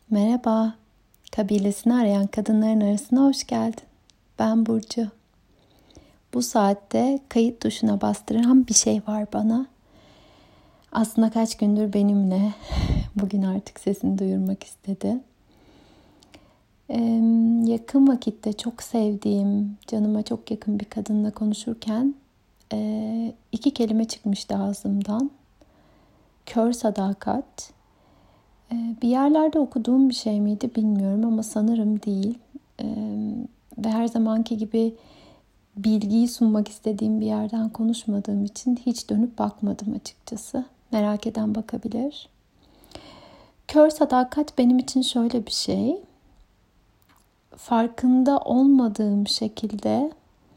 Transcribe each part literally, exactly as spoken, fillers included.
Merhaba, kabilesini arayan kadınların arasına hoş geldin. Ben Burcu. Bu saatte kayıt tuşuna bastıran bir şey var bana. Aslında kaç gündür benimle. Bugün artık sesini duyurmak istedi. Ee, yakın vakitte çok sevdiğim, canıma çok yakın bir kadınla konuşurken e, iki kelime çıkmıştı ağzımdan. Kör sadakat. Bir yerlerde okuduğum bir şey miydi bilmiyorum ama sanırım değil. Ve her zamanki gibi bilgiyi sunmak istediğim bir yerden konuşmadığım için hiç dönüp bakmadım açıkçası. Merak eden bakabilir. Kör sadakat benim için şöyle bir şey. Farkında olmadığım şekilde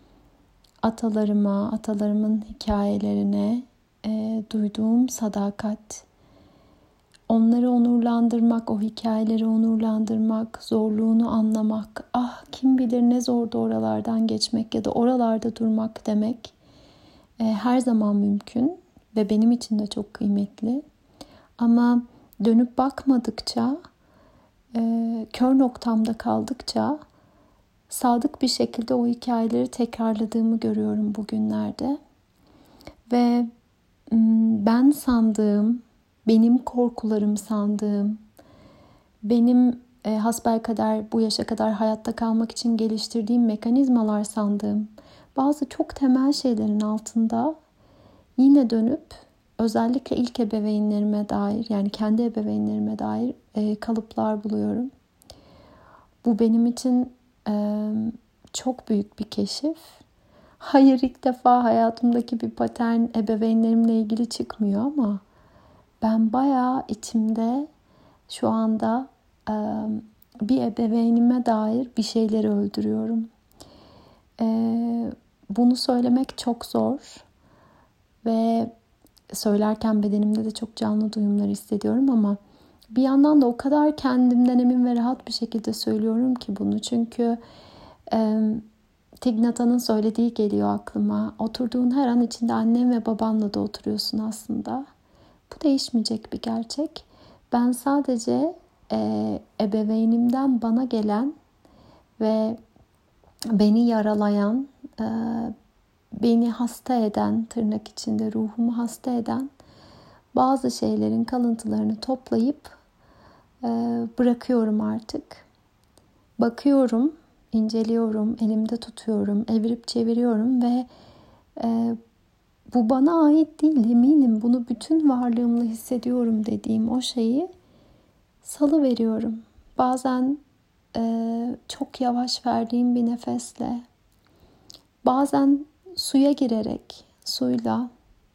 atalarıma, atalarımın hikayelerine e, duyduğum sadakat, onları onurlandırmak, o hikayeleri onurlandırmak, zorluğunu anlamak, ah kim bilir ne zordu oralardan geçmek ya da oralarda durmak demek e, her zaman mümkün ve benim için de çok kıymetli. Ama dönüp bakmadıkça, e, kör noktamda kaldıkça sadık bir şekilde o hikayeleri tekrarladığımı görüyorum bugünlerde. Ve ben sandığım, benim korkularım sandığım, benim e, hasbelkader bu yaşa kadar hayatta kalmak için geliştirdiğim mekanizmalar sandığım bazı çok temel şeylerin altında yine dönüp özellikle ilk ebeveynlerime dair, yani kendi ebeveynlerime dair e, kalıplar buluyorum. Bu benim için e, çok büyük bir keşif. Hayır, ilk defa hayatımdaki bir patern ebeveynlerimle ilgili çıkmıyor ama ben bayağı içimde şu anda e, bir ebeveynime dair bir şeyleri öldürüyorum. E, bunu söylemek çok zor ve söylerken bedenimde de çok canlı duyumlar hissediyorum ama bir yandan da o kadar kendimden emin ve rahat bir şekilde söylüyorum ki bunu. Çünkü e, Thich Nhat Hanh'ın söylediği geliyor aklıma. Oturduğun her an içinde annen ve babanla da oturuyorsun aslında. Bu değişmeyecek bir gerçek. Ben sadece e, ebeveynimden bana gelen ve beni yaralayan, e, beni hasta eden, tırnak içinde ruhumu hasta eden bazı şeylerin kalıntılarını toplayıp e, bırakıyorum artık. Bakıyorum, inceliyorum, elimde tutuyorum, evirip çeviriyorum ve e, bu bana ait değil, eminim. Bunu bütün varlığımla hissediyorum dediğim o şeyi salıveriyorum. Bazen e, çok yavaş verdiğim bir nefesle, bazen suya girerek, suyla,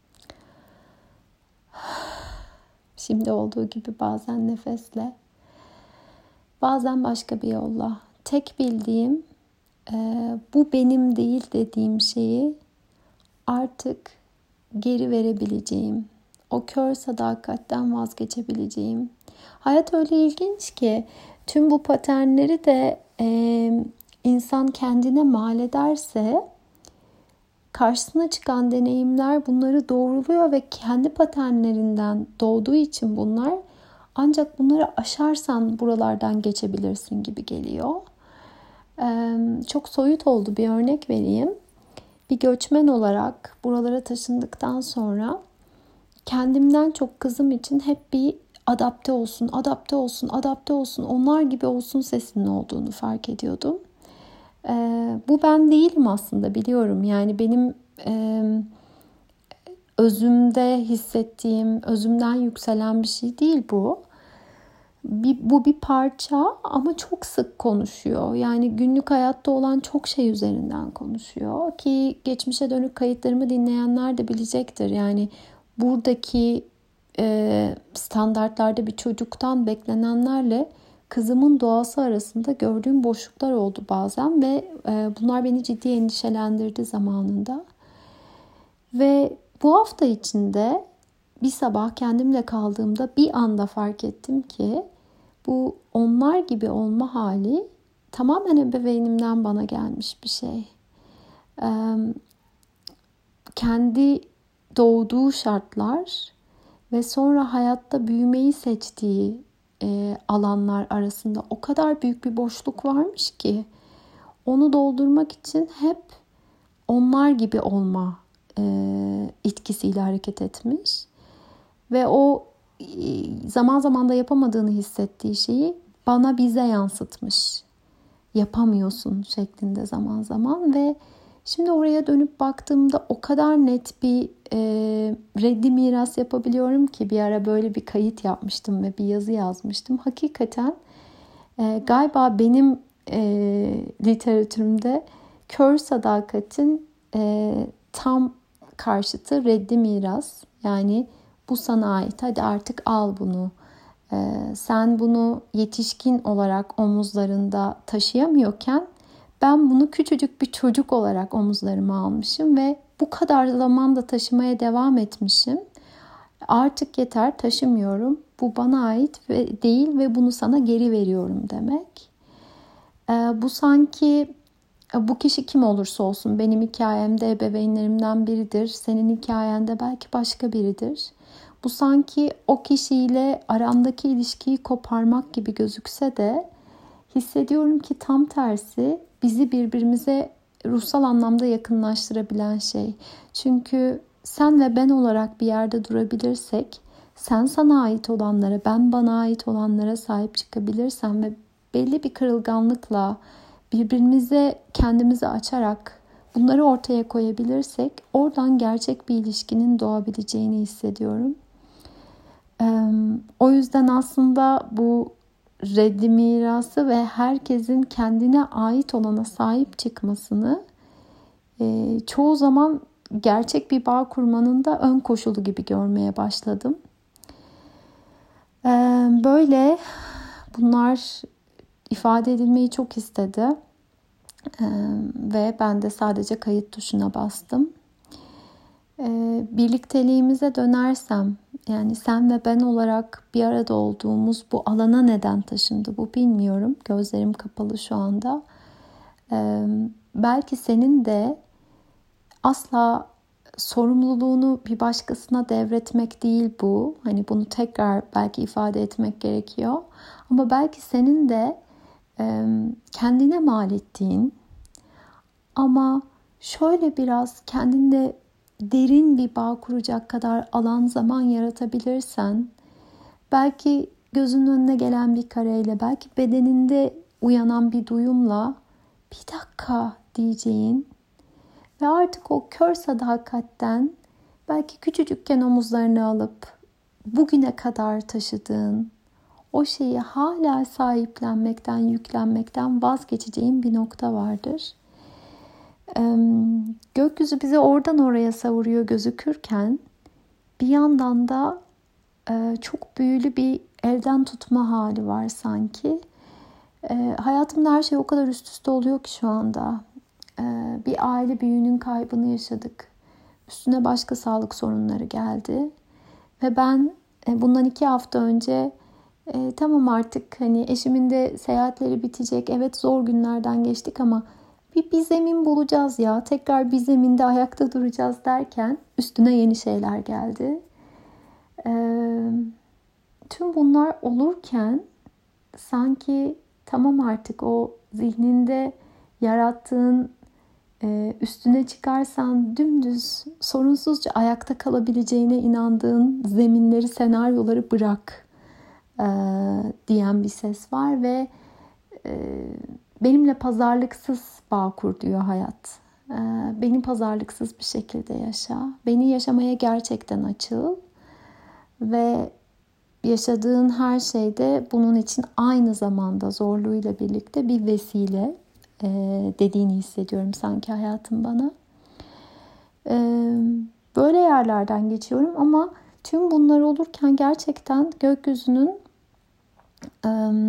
şimdi olduğu gibi bazen nefesle, bazen başka bir yolla. Tek bildiğim e, bu benim değil dediğim şeyi artık geri verebileceğim, o kör sadakatten vazgeçebileceğim. Hayat öyle ilginç ki tüm bu paternleri de e, insan kendine mal ederse karşısına çıkan deneyimler bunları doğruluyor ve kendi paternlerinden doğduğu için bunlar, ancak bunları aşarsan buralardan geçebilirsin gibi geliyor. E, çok soyut oldu, bir örnek vereyim. Bir göçmen olarak buralara taşındıktan sonra kendimden çok kızım için hep bir adapte olsun, adapte olsun, adapte olsun, onlar gibi olsun sesinin olduğunu fark ediyordum. Ee, bu ben değilim aslında, biliyorum. Yani benim e, özümde hissettiğim, özümden yükselen bir şey değil bu. Bir, bu bir parça ama çok sık konuşuyor. Yani günlük hayatta olan çok şey üzerinden konuşuyor. Ki geçmişe dönük kayıtlarımı dinleyenler de bilecektir. Yani buradaki e, standartlarda bir çocuktan beklenenlerle kızımın doğası arasında gördüğüm boşluklar oldu bazen. Ve e, bunlar beni ciddi endişelendirdi zamanında. Ve bu hafta içinde bir sabah kendimle kaldığımda bir anda fark ettim ki bu onlar gibi olma hali tamamen ebeveynimden bana gelmiş bir şey. Ee, kendi doğduğu şartlar ve sonra hayatta büyümeyi seçtiği e, alanlar arasında o kadar büyük bir boşluk varmış ki onu doldurmak için hep onlar gibi olma e, itkisiyle hareket etmiş. Ve o e, zaman zaman da yapamadığını hissettiği şeyi bana, bize yansıtmış. Yapamıyorsun şeklinde zaman zaman. Ve şimdi oraya dönüp baktığımda o kadar net bir e, reddi miras yapabiliyorum ki, bir ara böyle bir kayıt yapmıştım ve bir yazı yazmıştım. Hakikaten e, galiba benim e, literatürümde kör sadakatin e, tam karşıtı reddi miras. Yani bu sana ait, hadi artık al bunu. Ee, sen bunu yetişkin olarak omuzlarında taşıyamıyorken ben bunu küçücük bir çocuk olarak omuzlarıma almışım ve bu kadar zaman da taşımaya devam etmişim. Artık yeter, taşımıyorum. Bu bana ait ve değil ve bunu sana geri veriyorum demek. Ee, bu sanki bu kişi kim olursa olsun, benim hikayemde ebeveynlerimden biridir. Senin hikayende belki başka biridir. Bu sanki o kişiyle aramdaki ilişkiyi koparmak gibi gözükse de hissediyorum ki tam tersi, bizi birbirimize ruhsal anlamda yakınlaştırabilen şey. Çünkü sen ve ben olarak bir yerde durabilirsek, sen sana ait olanlara, ben bana ait olanlara sahip çıkabilirsem ve belli bir kırılganlıkla birbirimize kendimizi açarak bunları ortaya koyabilirsek, oradan gerçek bir ilişkinin doğabileceğini hissediyorum. O yüzden aslında bu reddi mirası ve herkesin kendine ait olana sahip çıkmasını çoğu zaman gerçek bir bağ kurmanın da ön koşulu gibi görmeye başladım. Böyle bunlar ifade edilmeyi çok istedi. Ve ben de sadece kayıt tuşuna bastım. Birlikteliğimize dönersem, yani sen ve ben olarak bir arada olduğumuz bu alana neden taşındı bu bilmiyorum. Gözlerim kapalı şu anda. Belki senin de asla sorumluluğunu bir başkasına devretmek değil bu. Hani bunu tekrar belki ifade etmek gerekiyor. Ama belki senin de kendine mal ettiğin ama şöyle biraz kendinle derin bir bağ kuracak kadar alan, zaman yaratabilirsen, belki gözünün önüne gelen bir kareyle, belki bedeninde uyanan bir duyumla bir dakika diyeceğin ve artık o kör sadakatten belki küçücükken omuzlarını alıp bugüne kadar taşıdığın o şeyi hala sahiplenmekten, yüklenmekten vazgeçeceğin bir nokta vardır. Gökyüzü bizi oradan oraya savuruyor gözükürken bir yandan da çok büyülü bir elden tutma hali var sanki. Hayatımda her şey o kadar üst üste oluyor ki şu anda. Bir aile büyüğünün kaybını yaşadık. Üstüne başka sağlık sorunları geldi. Ve ben bundan iki hafta önce e, tamam artık hani eşimin de seyahatleri bitecek. Evet, zor günlerden geçtik ama bir, bir zemin bulacağız ya. Tekrar bir zeminde ayakta duracağız derken üstüne yeni şeyler geldi. E, tüm bunlar olurken sanki tamam artık o zihninde yarattığın, e, üstüne çıkarsan dümdüz sorunsuzca ayakta kalabileceğine inandığın zeminleri, senaryoları bırak e, diyen bir ses var ve e, benimle pazarlıksız bağ kur diyor hayat. E, beni pazarlıksız bir şekilde yaşa. Beni yaşamaya gerçekten açıl ve yaşadığın her şeyde bunun için aynı zamanda zorluğuyla birlikte bir vesile e, dediğini hissediyorum sanki hayatım bana. E, böyle yerlerden geçiyorum ama tüm bunlar olurken gerçekten gökyüzünün e,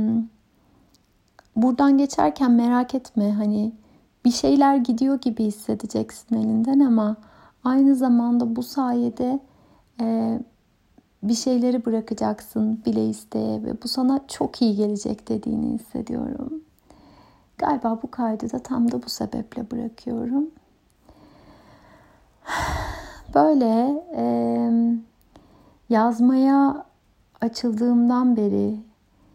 buradan geçerken merak etme, hani bir şeyler gidiyor gibi hissedeceksin elinden ama aynı zamanda bu sayede e, bir şeyleri bırakacaksın bile isteye ve bu sana çok iyi gelecek dediğini hissediyorum. Galiba bu kaydı da tam da bu sebeple bırakıyorum. Böyle e, yazmaya açıldığımdan beri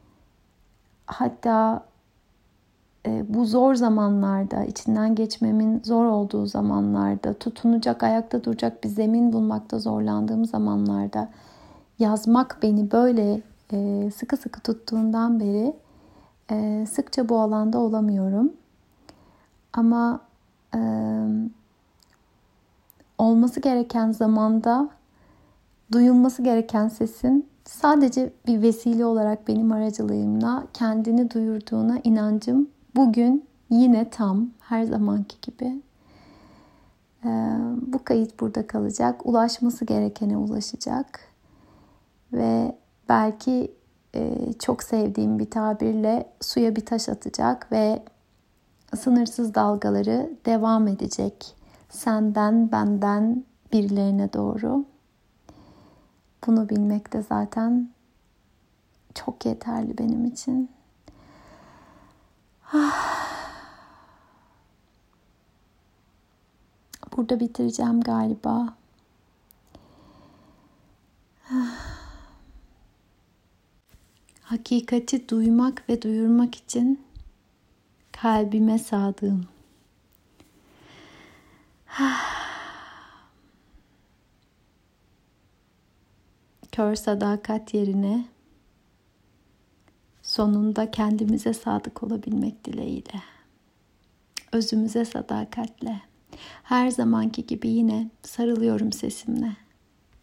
hatta e, bu zor zamanlarda, içinden geçmemin zor olduğu zamanlarda, tutunacak, ayakta duracak bir zemin bulmakta zorlandığım zamanlarda yazmak beni böyle e, sıkı sıkı tuttuğundan beri e, sıkça bu alanda olamıyorum. Ama e, olması gereken zamanda duyulması gereken sesin sadece bir vesile olarak benim aracılığımla kendini duyurduğuna inancım bugün yine tam her zamanki gibi. Ee, bu kayıt burada kalacak. Ulaşması gerekene ulaşacak. Ve belki e, çok sevdiğim bir tabirle suya bir taş atacak ve sınırsız dalgaları devam edecek. Senden, benden birilerine doğru. Bunu bilmek de zaten çok yeterli benim için. Burada bitireceğim galiba. Hakikati duymak ve duyurmak için kalbime sadığım. Kör sadakat yerine sonunda kendimize sadık olabilmek dileğiyle. Özümüze sadakatle. Her zamanki gibi yine sarılıyorum sesimle.